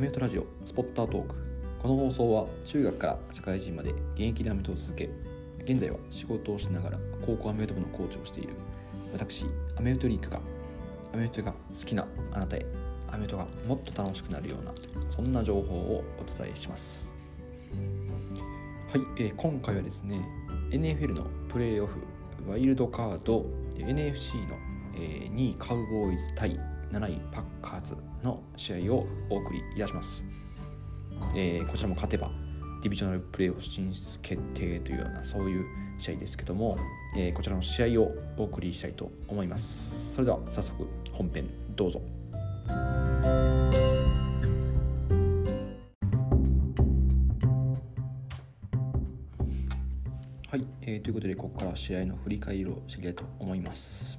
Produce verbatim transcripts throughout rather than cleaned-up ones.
メフトラジオスポッタートーク。この放送は中学から社会人まで現役でアメフトを続け、現在は仕事をしながら高校アメフト部のコーチをしている私アメフトリークがアメフトが好きなあなたへアメフトがもっと楽しくなるようなそんな情報をお伝えします。はい、えー、今回はですね エヌエフエル のプレーオフワイルドカード エヌエフシー の、えー、にいカウボーイズ対なないパッカーズの試合をお送りいたします。えー、こちらも勝てばディビジョナルプレーオフ進出決定というようなそういう試合ですけども、えー、こちらの試合をお送りしたいと思います。それでは早速本編どうぞ。はい、えー、ということでここから試合の振り返りをしていきたいと思います。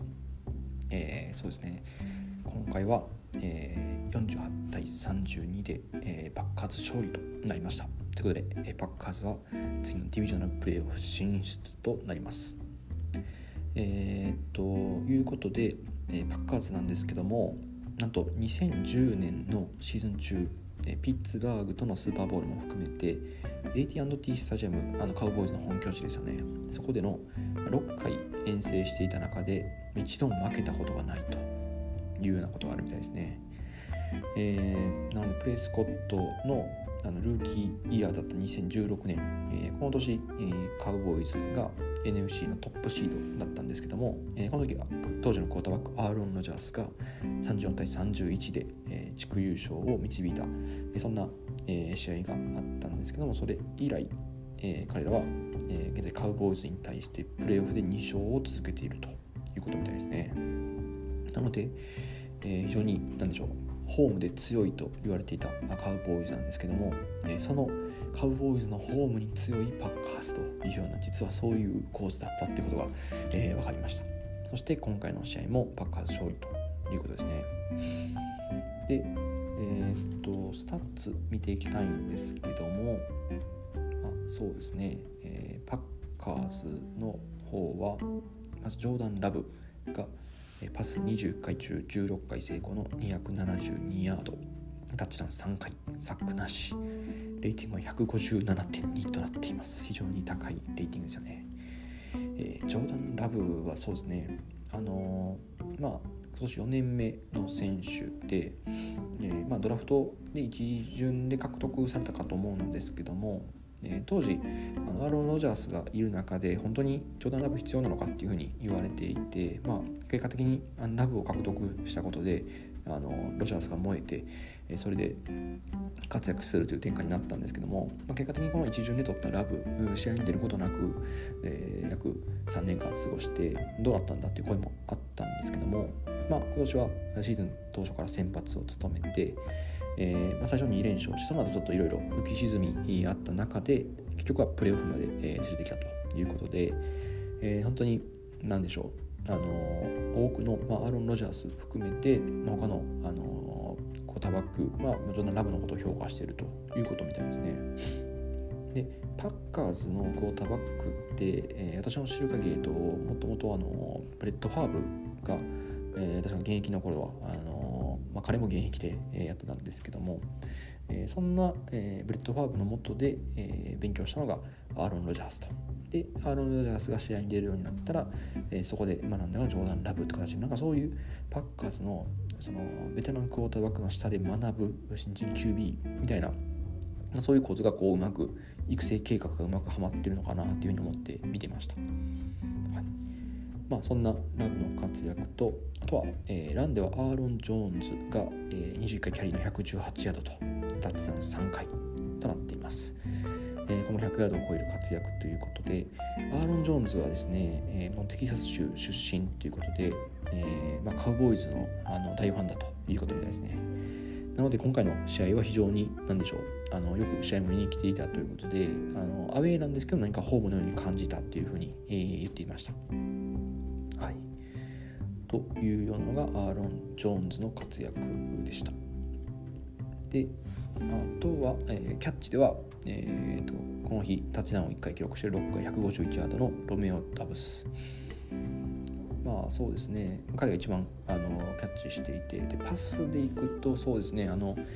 えー、そうですね今回は、えー、よんじゅうはちたいさんじゅうにで、えー、パッカーズ勝利となりました。ということで、えー、パッカーズは次のディビジョナルプレーオフ進出となります。えー、ということで、えー、パッカーズなんですけども、なんとにせんじゅうねんのシーズン中、えー、ピッツバーグとのスーパーボウルも含めて エーティーアンドティー スタジアム、あのカウボーイズの本拠地ですよね。そこでのろっかい遠征していた中で一度も負けたことがないというようなことがあるみたいですね。えー、なのでプレスコット の, あのルーキーイヤーだったにせんじゅうろくねん、えー、この年、えー、カウボーイズが エヌエフシー のトップシードだったんですけども、えー、この時は当時のクォーターバックアーロン・ロジャースがさんじゅうよんたいさんじゅういちで、えー、地区優勝を導いた、えー、そんな、えー、試合があったんですけども、それ以来、えー、彼らは、えー、現在カウボーイズに対してプレーオフでに勝を続けているということみたいですね。なので、えー、非常に何でしょうホームで強いと言われていたカウボーイズなんですけども、えー、そのカウボーイズのホームに強いパッカーズというような実はそういう構図だったということが、えー、分かりました。そして今回の試合もパッカーズ勝利ということですね。で、えー、っとスタッツ見ていきたいんですけども、まあ、そうですね、えー、パッカーズの方はまずジョーダン・ラブがパスにじゅういっかい中じゅうろっかい成功のにひゃくななじゅうにヤード、タッチダウンさんかい、サックなし、レーティングは ひゃくごじゅうななてんに となっています。非常に高いレーティングですよね。えー、ジョーダン・ラブはそうですね、あのー、まあ今年よねんめの選手で、えーまあ、ドラフトで一巡で獲得されたかと思うんですけども、えー、当時あのアーロン・ロジャースがいる中で本当にジョーダン・ラブ必要なのかっていうふうに言われていて、まあ、結果的にラブを獲得したことであのロジャースが燃えて、えー、それで活躍するという展開になったんですけども、まあ、結果的にこの一巡で取ったラブ試合に出ることなく、えー、約さんねんかん過ごしてどうなったんだっていう声もあったんですけども、まあ、今年はシーズン当初から先発を務めて、えーまあ、最初ににれん勝して、その後ちょっといろいろ浮き沈みあった中で結局はプレーオフまで、えー、連れてきたということで、えー、本当に何でしょう、あのー、多くの、まあ、アーロン・ロジャース含めて、まあ、他の、あのー、クォーターバックはジョーダン・ラブのことを評価しているということみたいですね。でパッカーズのクォーターバックって、えー、私の知る限りともともとあのブレッド・ファーブが、えー、確か現役の頃はあのーまあ、彼も現役で、えー、やってたんですけども、えー、そんな、えー、ブレッド・ファーブの下で、えー、勉強したのがアーロン・ロジャースと。でアーロン・ロジャースが試合に出るようになったら、えー、そこで学んだのがジョーダン・ラブという形で、なんかそういうパッカーズのそのベテランクォーターバックの下で学ぶ新人 キュービー みたいな、そういう構図がこううまく育成計画がうまくはまってるのかなっていうふうに思って見てました。はい、まあ、そんなラブの活躍と、あとは、えー、ランではアーロン・ジョーンズが、えー、にじゅういっかいキャリーのひゃくじゅうはちヤードとタッチダウンさんかいとなっています。えー、このひゃくヤードを超える活躍ということで、アーロン・ジョーンズはですね、えー、テキサス州出身ということで、えーまあ、カウボーイズ の, あの大ファンだということみたいですね。なので今回の試合は非常に何でしょう、あのよく試合も見に来ていたということで、あのアウェーなんですけど何かホームのように感じたというふうに、えー、言っていました。はい、というようなのがアーロン・ジョーンズの活躍でした。であとは、えー、キャッチでは、えー、とこの日タッチダウンをいっかい記録しているろっかいひゃくごじゅういちヤードのロメオ・ダブス、まあそうですね、彼が一番あのキャッチしていて、でパスでいくとそうですね、あの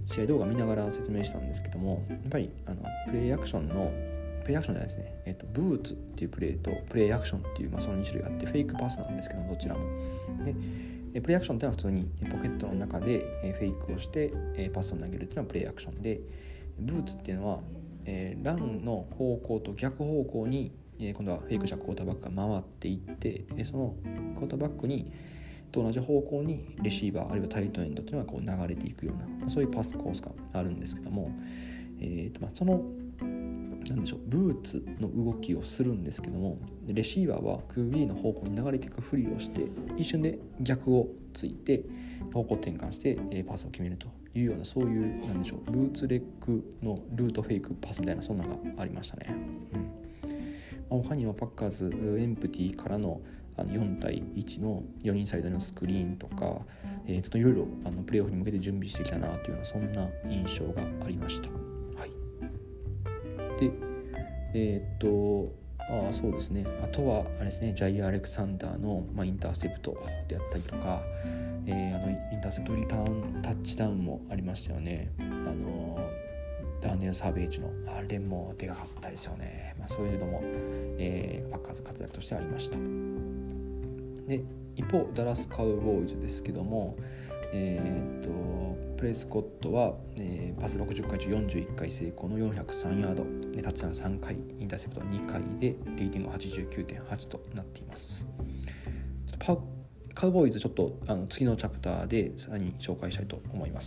試合動画見ながら説明したんですけども、やっぱりあのプレイアクションのプレイアクションじゃないですね、えっと、ブーツっていうプレイとプレイアクションっていう、まあ、そのに種類あって、フェイクパスなんですけども、どちらもで、プレイアクションっていうのは普通にポケットの中でフェイクをしてパスを投げるっていうのはプレイアクションで、ブーツっていうのはランの方向と逆方向に今度はフェイクしたクォーターバックが回っていって、そのクォーターバックにと同じ方向にレシーバーあるいはタイトエンドっていうのがこう流れていくような、そういうパスコースがあるんですけども、えーとまあ、そのなんでしょうブーツの動きをするんですけども、レシーバーは クービー の方向に流れていくふりをして一瞬で逆をついて方向転換してパスを決めるというような、そういうなんでしょうブーツレッグのルートフェイクパスみたいな、そんなのがありましたね。うん、他にはパッカーズエンプティからのあのよん対いちのよにんサイドのスクリーンとか、えー、ちょっといろいろあのプレーオフに向けて準備してきたなというような、そんな印象がありました。はい、でえー、っとあそうですねあとはあれですねジャイアン・アレクサンダーの、まあ、インターセプトであったりとか、えー、あのインターセプトリターンタッチダウンもありましたよね。あのダーネル・サーベージのあれもでかかったですよね。まあ、そういうのも、えー、パッカーズ活躍としてありました。で一方ダラスカウボーイズですけども、えー、っとプレスコットは、えー、パスろくじゅっかい中よんじゅういっかい成功のよんひゃくさんヤードで、タッチダウンさんかい、インターセプトにかいでレーティング はちじゅうきゅうてんはち となっています。ちょっとパカウボーイズちょっとあの次のチャプターでさらに紹介したいと思います。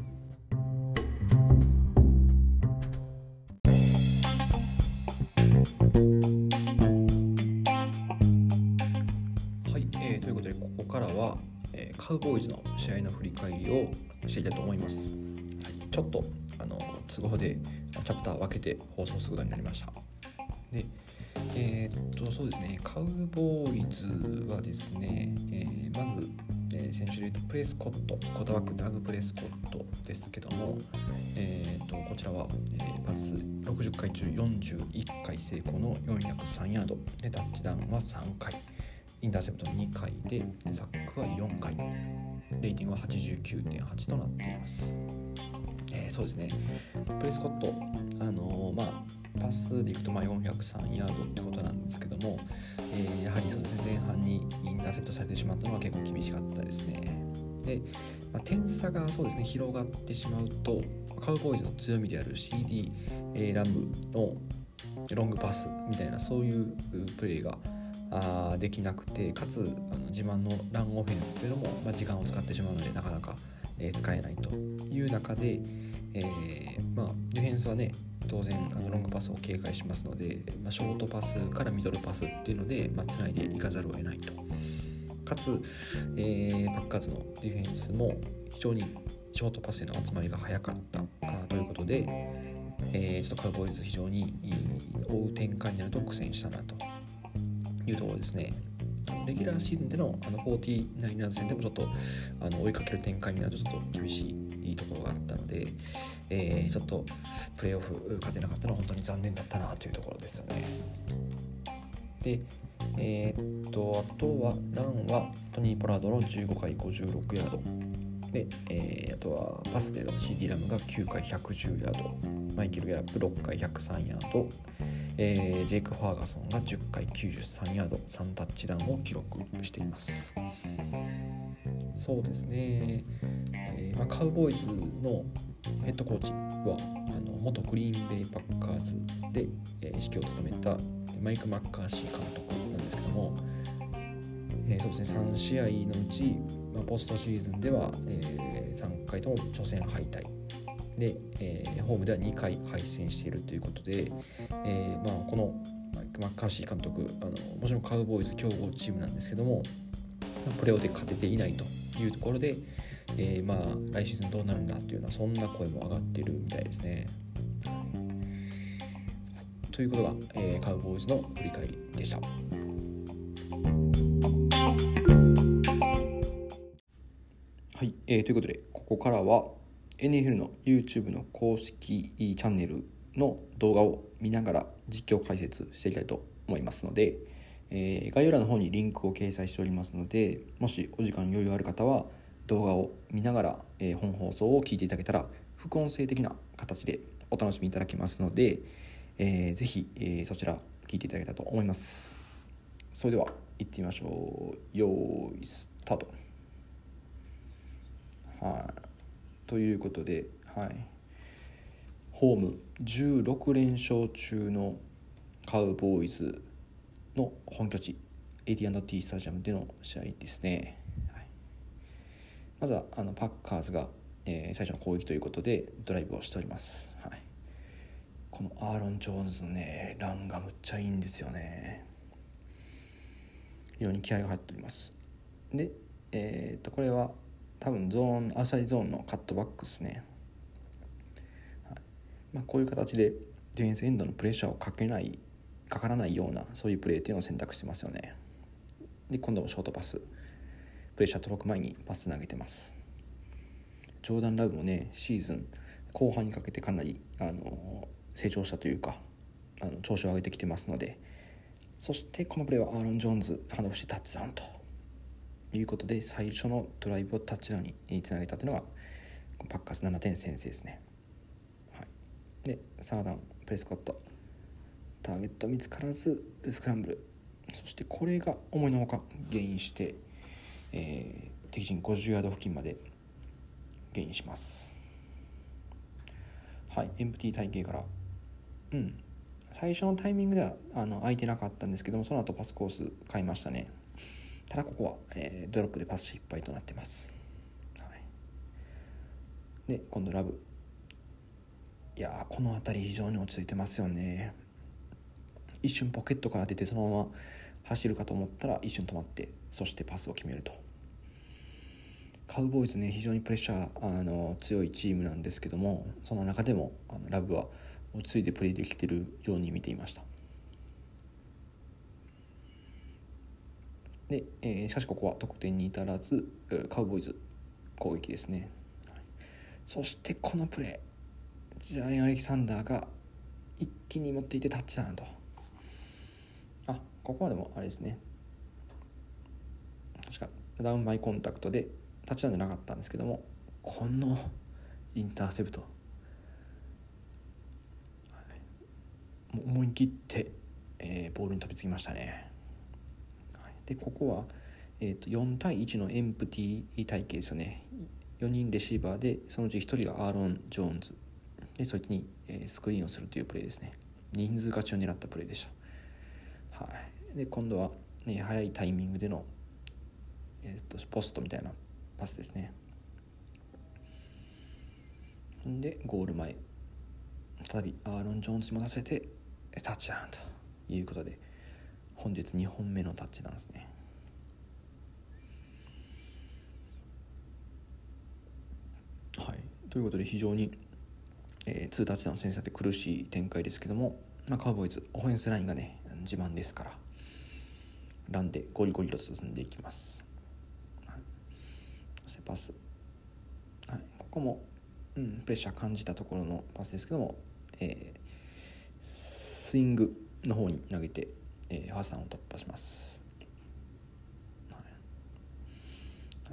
はい、えー、ということでここからは、えー、カウボーイズの試合の振り返りをしていきたいと思います。はい、ちょっとあの都合でチャプター分けて放送することになりました。でえー、っとそうですねカウボーイズはですね、えー、まず、えー、先週で言ったプレスコットコーターバックダグプレスコットですけども、えー、っとこちらは、えー、パスろくじゅっかい中よんじゅういっかい成功のよんひゃくさんヤードで、タッチダウンはさんかい、インターセプトにかいでサックはよんかい、レーティングは はちじゅうきゅうてんはち となっています。えー、そうですねプレスコット、あのー、まあパスでいくとまあよんひゃくさんヤードってことなんですけども、えー、やはりそうですね前半にインターセプトされてしまったのは結構厳しかったですね。で、まあ、点差がそうですね広がってしまうと、カウボーイズの強みである シーディー、えー、ラムのロングパスみたいな、そういうプレーがあできなくて、かつあの自慢のランオフェンスっていうのも、まあ、時間を使ってしまうのでなかなか、えー、使えないという中で、えーまあ、ディフェンスはね当然あのロングパスを警戒しますので、まあ、ショートパスからミドルパスっていうので、まあ、つないでいかざるを得ないと。かつ、えー、パッカーズのディフェンスも非常にショートパスへの集まりが早かったあということで、えー、ちょっとカウボーイズ非常に追う展開になると苦戦したなというところですね。レギュラーシーズンでのあのフォーティーナイナーズ戦でもちょっとあの追いかける展開になるとちょっと厳しいところがあったので、えー、ちょっとプレーオフ勝てなかったのは本当に残念だったなというところですよね。で、えー、っとあとはランはトニー・ポラードのじゅうごかいごじゅうろくヤードで、えー、あとはパスでの シーディー ラムがきゅうかいひゃくじゅうヤード、マイケル・ギャラップろっかいひゃくさんヤード、えー、ジェイク・ファーガソンがじゅっかいきゅうじゅうさんヤード、さんタッチダウンを記録しています。そうですね、えーまあ、カウボーイズのヘッドコーチはあの元グリーンベイパッカーズで、えー、指揮を務めたマイク・マッカーシー監督なんですけども、えー、そうですねさんしあいのうち、まあ、ポストシーズンでは、えー、さんかいとも初戦敗退で、えー、ホームではにかい敗戦しているということで、えーまあ、このマイク・マッカーシー監督あのもちろんカウボーイズ強豪チームなんですけども、プレーオフで勝てていないというところで、えー、まあ来シーズンどうなるんだというようなそんな声も上がっているみたいですね。ということが、えー、カウボーイズの振り返りでした。はい、えー、ということでここからは エヌエフエル の YouTube の公式チャンネルの動画を見ながら実況解説していきたいと思いますので、えー、概要欄の方にリンクを掲載しておりますので、もしお時間余裕ある方は動画を見ながら、えー、本放送を聞いていただけたら副音声的な形でお楽しみいただけますので、えー、ぜひ、えー、そちら聞いていただけたらと思います。それでは行ってみましょう。よーいスタート。はい、ということで、はい、ホームじゅうろくれんしょう中のカウボーイズの本拠地 エーティーアンドティー スタジアムでの試合ですね。はい、まずはあのパッカーズが、えー、最初の攻撃ということでドライブをしております。はい、このアーロン・ジョーンズのねランがむっちゃいいんですよね。非常に気合が入っております。で、えー、っとこれは多分ゾーンアウトサイドゾーンのカットバックですね。はい、まあ、こういう形でディフェンスエンドのプレッシャーをかけないかからないようなそういうプレーっていうのを選択してますよね。で今度もショートパス、プレッシャー届く前にパス投げてます。ジョーダン・ラブもねシーズン後半にかけてかなりあの成長したというかあの調子を上げてきてますので、そしてこのプレーはアーロン・ジョーンズハンドオフしてタッチダウンということで最初のドライブをタッチダウンにつなげたというのがパッカーズななてん先制ですね。はい、でサーダウンプレスコットターゲット見つからずスクランブル、そしてこれが思いのほかゲインして、えー、敵陣ごじゅうヤード付近までゲインします。はい、エンプティー体系からうん最初のタイミングではあの空いてなかったんですけども、その後パスコース変えましたね。ただここは、えー、ドロップでパス失敗となってます。はい、で今度ラブ、いやこの辺り非常に落ち着いてますよね。一瞬ポケットから出てそのまま走るかと思ったら一瞬止まって、そしてパスを決めると。カウボーイズね非常にプレッシャーあの強いチームなんですけども、その中でもあのラブは落ち着いてプレーできているように見ていました。で、えー、しかしここは得点に至らずカウボーイズ攻撃ですね。はい、そしてこのプレージャレン・アレキサンダーが一気に持っていてタッチダウンと。あここまでもあれですね、確かダウンバイコンタクトでタッチダウンじゃなかったんですけども、このインターセプト、はい、もう思い切って、えー、ボールに飛びつきましたね。はい、でここは、えー、とよんたいいちのエンプティー体系ですよね。よにんレシーバーでそのうちひとりがアーロン・ジョーンズで、そいつに、えー、スクリーンをするというプレーですね。人数勝ちを狙ったプレーでした。はい、で今度は、ね、早いタイミングでの、えー、とポストみたいなパスですね。でゴール前再びアーロン・ジョーンズに持たせてタッチダウンということで本日にほんめのタッチダウンですね。はい、ということで非常に、えー、にタッチダウン先制って苦しい展開ですけども、まあ、カウボーイズオフェンスラインがね自慢ですからランでゴリゴリと進んでいきます。はい、そしてパス、はい、ここも、うん、プレッシャー感じたところのパスですけども、えー、スイングの方に投げて、えー、ファーストダウンを突破します。はい、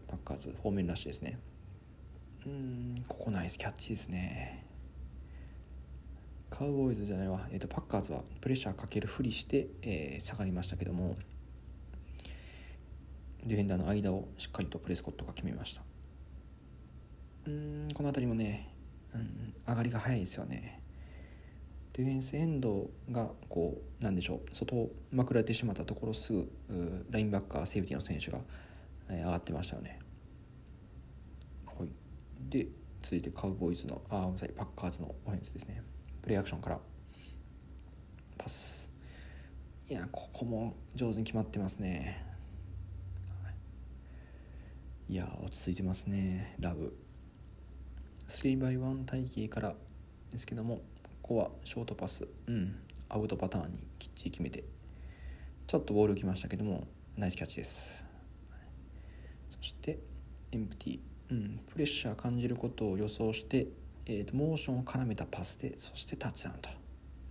パッカーズフォーメンラッシュですね。うーんここナイスキャッチですね。カウボーイズじゃないわ、えー、とパッカーズはプレッシャーかけるふりして、えー、下がりましたけども、ディフェンダーの間をしっかりとプレスコットが決めました。うーんこの辺りもね、うん、上がりが早いですよね。ディフェンスエンドがこうなんでしょう外をまくられてしまったところすぐラインバッカーセーフティーの選手が、えー、上がってましたよね。はい、で続いてカウボーイズのあごめんなさいパッカーズのオフェンスですね。プレーアクションからパス、いやここも上手に決まってますね。いや落ち着いてますねラブ。 スリーバイワン 体系からですけども、ここはショートパス、うんアウトパターンにきっちり決めて、ちょっとボール浮きましたけどもナイスキャッチです。そしてエンプティ、うん、プレッシャー感じることを予想して、えー、とモーションを絡めたパスで、そしてタッチダウンと。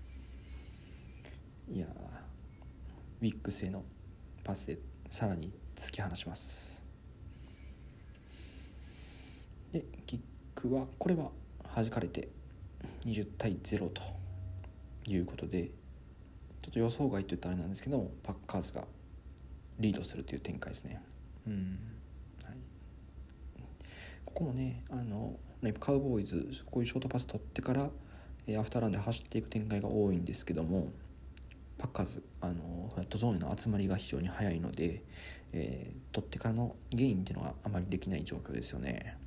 いやウィックスへのパスでさらに突き放します。 でキックはこれは弾かれてにじゅうたいゼロということで、ちょっと予想外といったらあれなんですけども、パッカーズがリードするという展開ですね。うん、はい、ここもね、あのカウボーイズこういうショートパス取ってからアフターランで走っていく展開が多いんですけども、パッカーズあのフラットゾーンへの集まりが非常に早いので、えー、取ってからのゲインっていうのがあまりできない状況ですよね。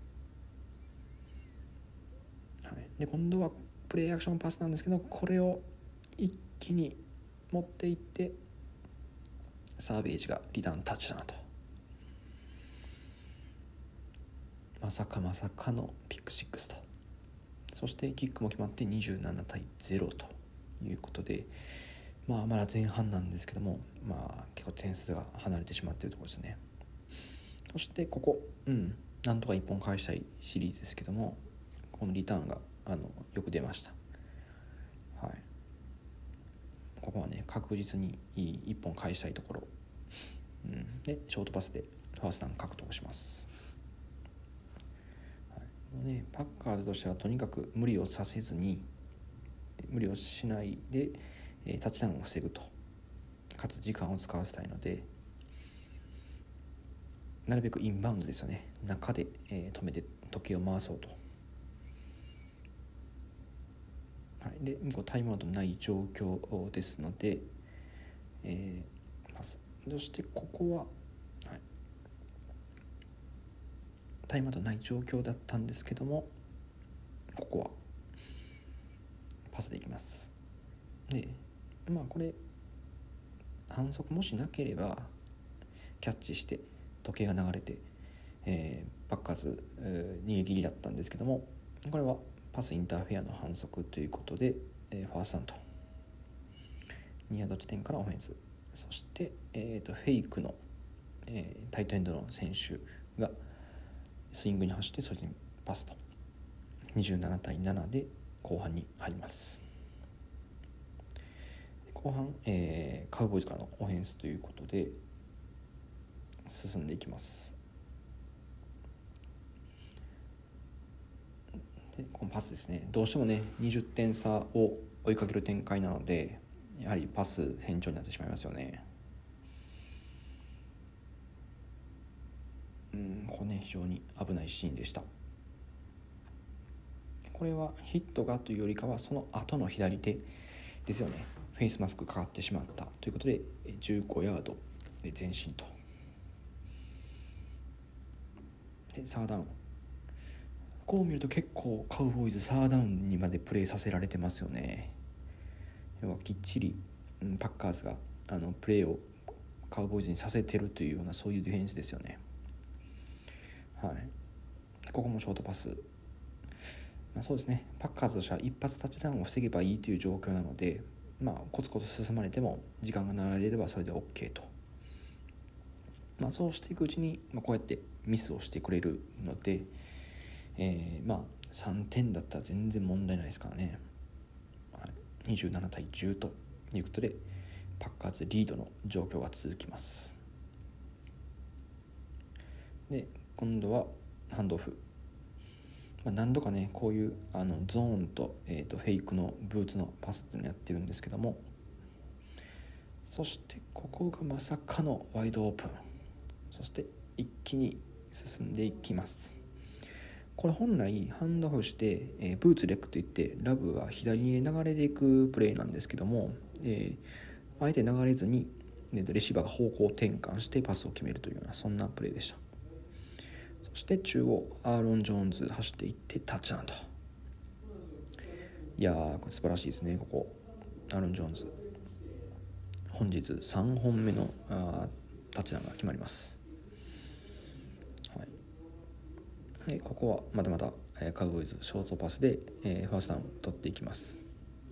はい、で今度はプレーアクションパスなんですけど、これを一気に持っていってサーベージがリターンタッチだなと、まさかまさかのピックシックスと、そしてキックも決まってにじゅうななたいゼロということで、まあまだ前半なんですけども、まあ結構点数が離れてしまっているところですね。そしてここ、うんなんとかいっぽん返したいシリーズですけども、このリターンがあのよく出ました。はい、ここはね確実にいいいっぽん返したいところ、うん、でショートパスでファーストダウン獲得します。はいね、パッカーズとしてはとにかく無理をさせずに、無理をしないでタッチダウンを防ぐと、かつ時間を使わせたいので、なるべくインバウンドですよね、中で、えー、止めて時計を回そうと。はい、で向こうタイムアウトない状況ですので、えー、パス、そしてここは、はい、タイムアウトない状況だったんですけども、ここはパスでいきます。でまあこれ反則もしなければキャッチして時計が流れて、えー、パッカーズ、えー、逃げ切りだったんですけども、これはパスインターフェアの反則ということで、えー、ファーストダウンとにヤード地点からオフェンス、そして、えー、とフェイクの、えー、タイトエンドの選手がスイングに走って、それにパスとにじゅうななたいななで後半に入ります。後半、えー、カウボーイズからのオフェンスということで進んでいきます。でこのパスですね、どうしてもねにじゅってん差を追いかける展開なので、やはりパス偏重になってしまいますよね。うんここね非常に危ないシーンでした。これはヒットがというよりかはその後の左手ですよね、フェイスマスクかかってしまったということでじゅうごヤードで前進と。でサーダウン、こう見ると結構カウボーイズサーダウンにまでプレーさせられてますよね。要はきっちり、うん、パッカーズがあのプレーをカウボーイズにさせてるというような、そういうディフェンスですよね。はい、ここもショートパス、まあ、そうですね、パッカーズとしては一発タッチダウンを防げばいいという状況なので、まあ、コツコツ進まれても時間が流れればそれで OK と、まあ、そうしていくうちに、まあ、こうやってミスをしてくれるので、えー、まあさんてんだったら全然問題ないですからね。はい、にじゅうななたいじゅうということでパッカーズリードの状況が続きます。で今度はハンドオフ、まあ、何度かねこういうあのゾーンと、えー、とフェイクのブーツのパスっていうのをやってるんですけども、そしてここがまさかのワイドオープン、そして一気に進んでいきます。これ本来ハンドオフして、えー、ブーツレックといってラブは左に流れていくプレーなんですけども、えー、あえて流れずにレシーバーが方向転換してパスを決めるというような、そんなプレーでした。そして中央アーロン・ジョーンズ走っていってタッチダウンと。いやー素晴らしいですね。ここアーロン・ジョーンズ本日さんほんめのあタッチダウンが決まります。はい、でここはまだまだ、えー、カウボーイズショートパスで、えー、ファーストダウン取っていきます。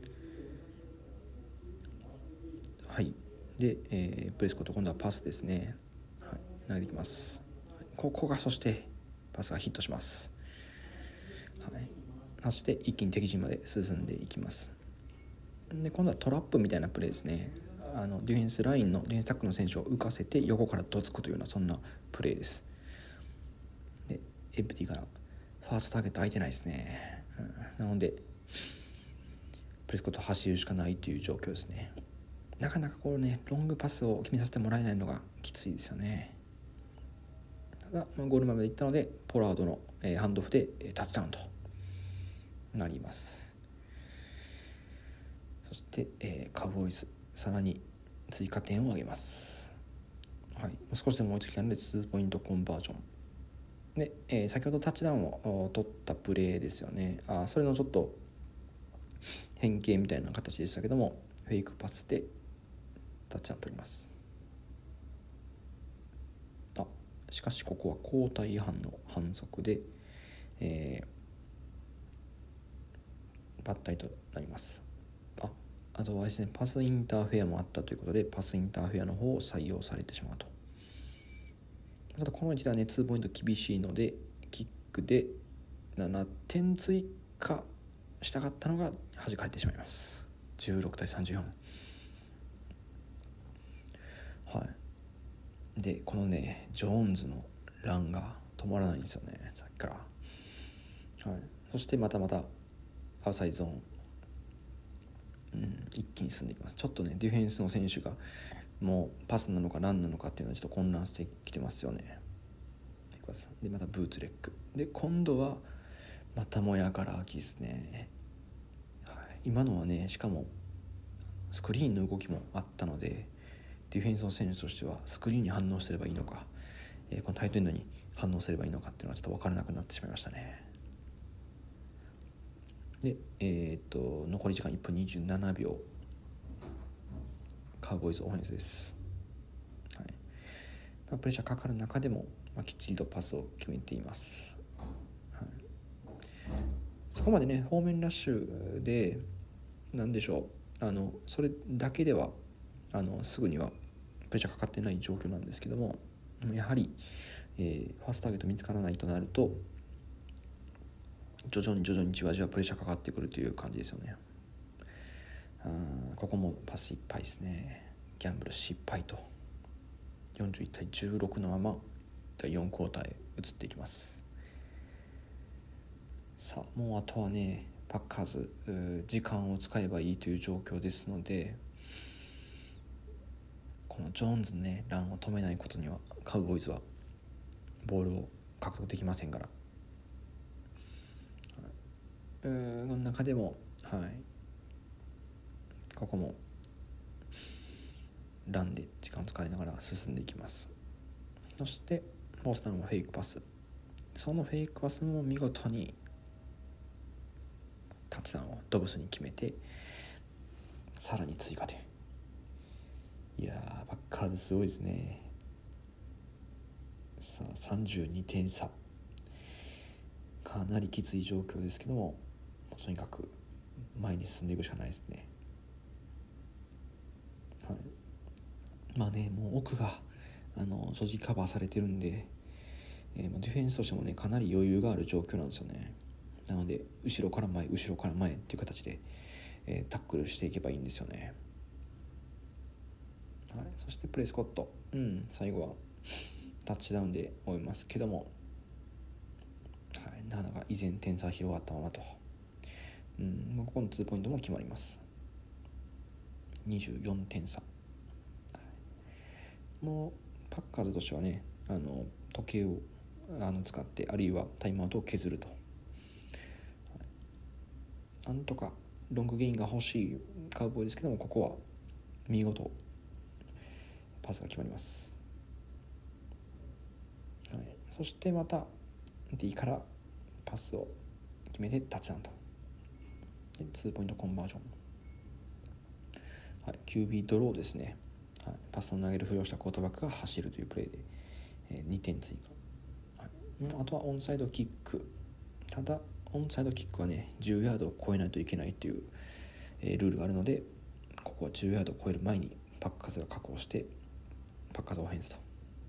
はいで、えー、プレスコット今度はパスですね、はい、投げていきます。はい、ここがそしてパスがヒットします。はい、そして一気に敵陣まで進んでいきます。で今度はトラップみたいなプレーですね。あのディフェンスラインのディフェンスタックの選手を浮かせて横からどつくというような、そんなプレーです。でエンプティからフファーストターゲット空いてないですね、うん、なのでプレスコット走るしかないという状況ですね。なかなかこうねロングパスを決めさせてもらえないのがきついですよね。ただゴール前まで行ったのでポラードの、えー、ハンドオフでタッチダウンとなります。そして、えー、カウボーイズさらに追加点を挙げます。はい、少しでも追いつきたのでツーポイントコンバージョンで、えー、先ほどタッチダウンを取ったプレーですよね。あそれのちょっと変形みたいな形でしたけどもフェイクパスでタッチダウン取ります。あしかしここは交代違反の反則で、えー、バッタイとなります。ああとはですねパスインターフェアもあったということでパスインターフェアの方を採用されてしまうと。ただこの位置ではねツーポイント厳しいのでキックでななてん追加したかったのが弾かれてしまいます。じゅうろくたいさんじゅうよん。はいでこのねジョーンズのランが止まらないんですよねさっきから。はい、そしてまたまたアウサイドゾーン、うん、一気に進んでいきます。ちょっとねディフェンスの選手がもうパスなのかランなのかっていうのはちょっと混乱してきてますよね。でまたブーツレッグで今度はまたもやがら空きですね。はい、今のはねしかもスクリーンの動きもあったのでディフェンスの選手としてはスクリーンに反応すればいいのか、えー、このタイトエンドに反応すればいいのかっていうのはちょっと分からなくなってしまいましたね。で、えー、っと残り時間いっぷんにじゅうななびょうカウボーイズオフェンスです。はいまあ、プレッシャーかかる中でも、まあ、きっちりとパスを決めています。はい、そこまでねフォーメンラッシュでなんでしょうあのそれだけではあのすぐにはプレッシャーかかってない状況なんですけどもやはり、えー、ファーストターゲット見つからないとなると徐々に徐々にじわじわプレッシャーかかってくるという感じですよね。あここもパスいっぱいですね。ギャンブル失敗とよんじゅういちたいじゅうろくのままだいよんクォーターへ移っていきます。さあもうあとはねパッカーズ時間を使えばいいという状況ですのでこのジョーンズのねランを止めないことにはカウボーイズはボールを獲得できませんから、この中でもはいここもランで時間を使いながら進んでいきます。そしてモースターのフェイクパスそのフェイクパスも見事にタッチダウンをドブスに決めてさらに追加点。いやーバッカーズすごいですね。さあさんじゅうにてん差かなりきつい状況ですけどもとにかく前に進んでいくしかないですね。はい、まあねもう奥があの正直カバーされてるんで、えー、ディフェンスとしてもねかなり余裕がある状況なんですよね。なので後ろから前後ろから前っていう形で、えー、タックルしていけばいいんですよね。はい、そしてプレスコット、うん、最後はタッチダウンで終えますけども、はい、なかなか依然点差広がったままと、うん、ここのツーポイントも決まります。にじゅうよんてん差、はい、もうパッカーズとしてはねあの時計をあの使ってあるいはタイムアウトを削ると、はい、なんとかロングゲインが欲しいカウボーイですけどもここは見事パスが決まります。はい、そしてまた D からパスを決めてタッチダウンとでツーポイントコンバージョン、はい、キュービー ドローですね、はい、パスを投げるふりをしたクォーターバックが走るというプレーで、えー、にてん追加、はい、あとはオンサイドキック。ただオンサイドキックはねじゅうヤードを超えないといけないという、えー、ルールがあるのでここはじゅうヤードを超える前にパッカーズが確保してパッカーズオフェンスと。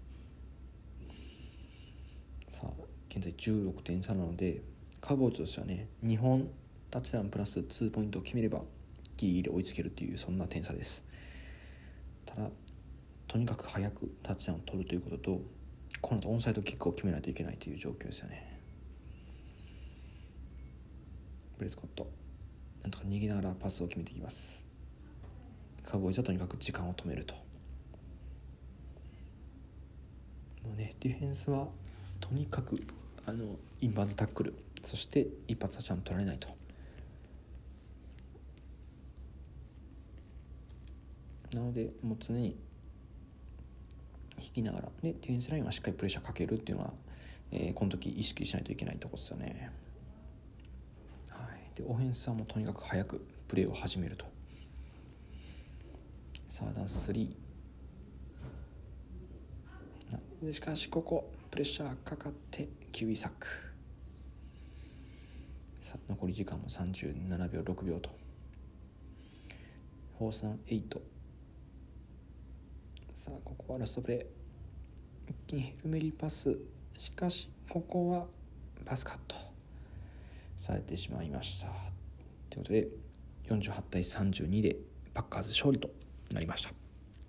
さあ現在じゅうろくてん差なのでカウボーイズとしてはねにほんタッチダウンプラスにポイントを決めればギリギリ追いつけるというそんな点差です。ただとにかく早くタッチダウンを取るということとこの後オンサイドキックを決めないといけないという状況ですよね。 プレスコットなんとか逃げながらパスを決めていきます。カウボーイズはとにかく時間を止めると。もうね、ディフェンスはとにかくあのインバウンドタックル、そして一発はちゃんと取られないと。なのでもう常に引きながらでディフェンスラインはしっかりプレッシャーかけるっていうのは、えー、この時意識しないといけないところですよね。はい、でオフェンスはもうとにかく早くプレーを始めると。さあダンススリーでしかしここプレッシャーかかってキュービーサック。さあ残り時間もさんじゅうななびょうろくびょうとフォースダウンエイト。さあここはラストプレー、一気にヘルメリーパス、しかしここはパスカットされてしまいました。ということでよんじゅうはちたいさんじゅうにでパッカーズ勝利となりました。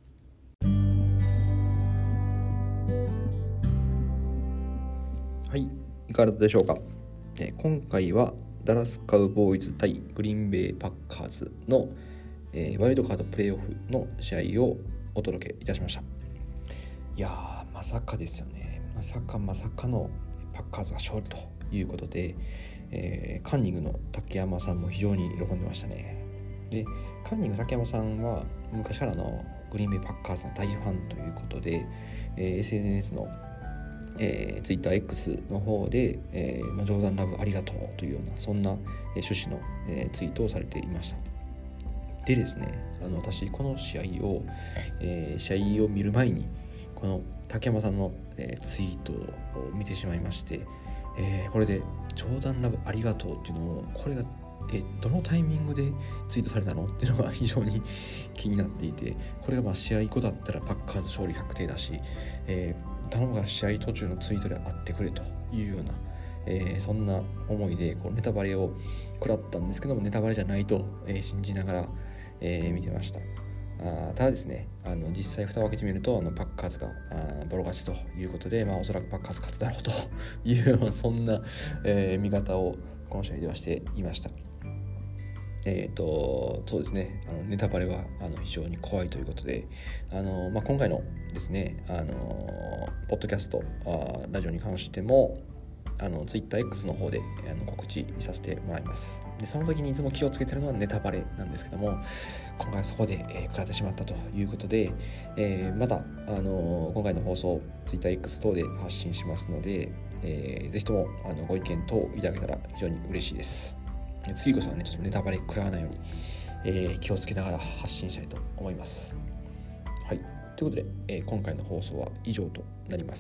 はい、いかがだったでしょうか。えー、今回はダラスカウボーイズ対グリーンベイパッカーズの、えー、ワイルドカードプレーオフの試合をお届けいたしました。いやーまさかですよね。まさかまさかのパッカーズが勝利ということで、えー、カンニングの竹山さんも非常に喜んでましたね。でカンニング竹山さんは昔からのグリーンベイパッカーズの大ファンということで、えー、エスエヌエス の、えー、TwitterX の方で、えーまあ、ジョーダンラブありがとうというようなそんな、えー、趣旨の、えー、ツイートをされていました。でですね、あの私この試合を、えー、試合を見る前にこの竹山さんの、えー、ツイートを見てしまいまして、えー、これでジョーダンラブありがとうっていうのをこれがえどのタイミングでツイートされたのっていうのが非常に気になっていて、これがまあ試合後だったらパッカーズ勝利確定だし、えー、頼むが試合途中のツイートであってくれというような、えー、そんな思いでこうネタバレを食らったんですけども、ネタバレじゃないと、えー、信じながら、えー、見てました。あただですね、あの実際蓋を開けてみるとあのパッカーズがあボロ勝ちということで、まあ、おそらくパッカーズ勝つだろうというようなそんな、えー、見方をこの試合ではしていました。えーと、そうですね、あのネタバレはあの非常に怖いということで、あの、まあ、今回のですね、あのポッドキャストあラジオに関してもあの TwitterX の方であの告知させてもらいます。でその時にいつも気をつけてるのはネタバレなんですけども、今回はそこで、えー、食らってしまったということで、えー、また、あのー、今回の放送 TwitterX 等で発信しますので、えー、ぜひともあのご意見等いただけたら非常に嬉しいです。次こそはねちょっとネタバレ食らわないように、えー、気をつけながら発信したいと思います。はい、ということで、えー、今回の放送は以上となります。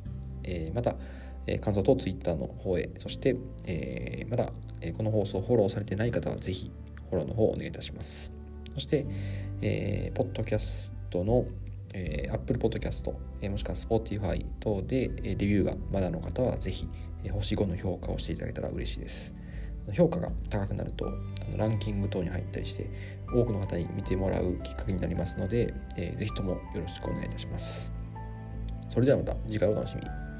えー、またえー、感想と Twitter の方へ、そして、えー、まだ、えー、この放送をフォローされていない方はぜひフォローの方をお願いいたします。そして、えー、ポッドキャストの、えー、Apple Podcast、えー、もしくは Spotify 等で、えー、レビューがまだの方はぜひ、えー、星ごの評価をしていただけたら嬉しいです。評価が高くなるとあのランキング等に入ったりして多くの方に見てもらうきっかけになりますので、えー、ぜひともよろしくお願いいたします。それではまた次回お楽しみに。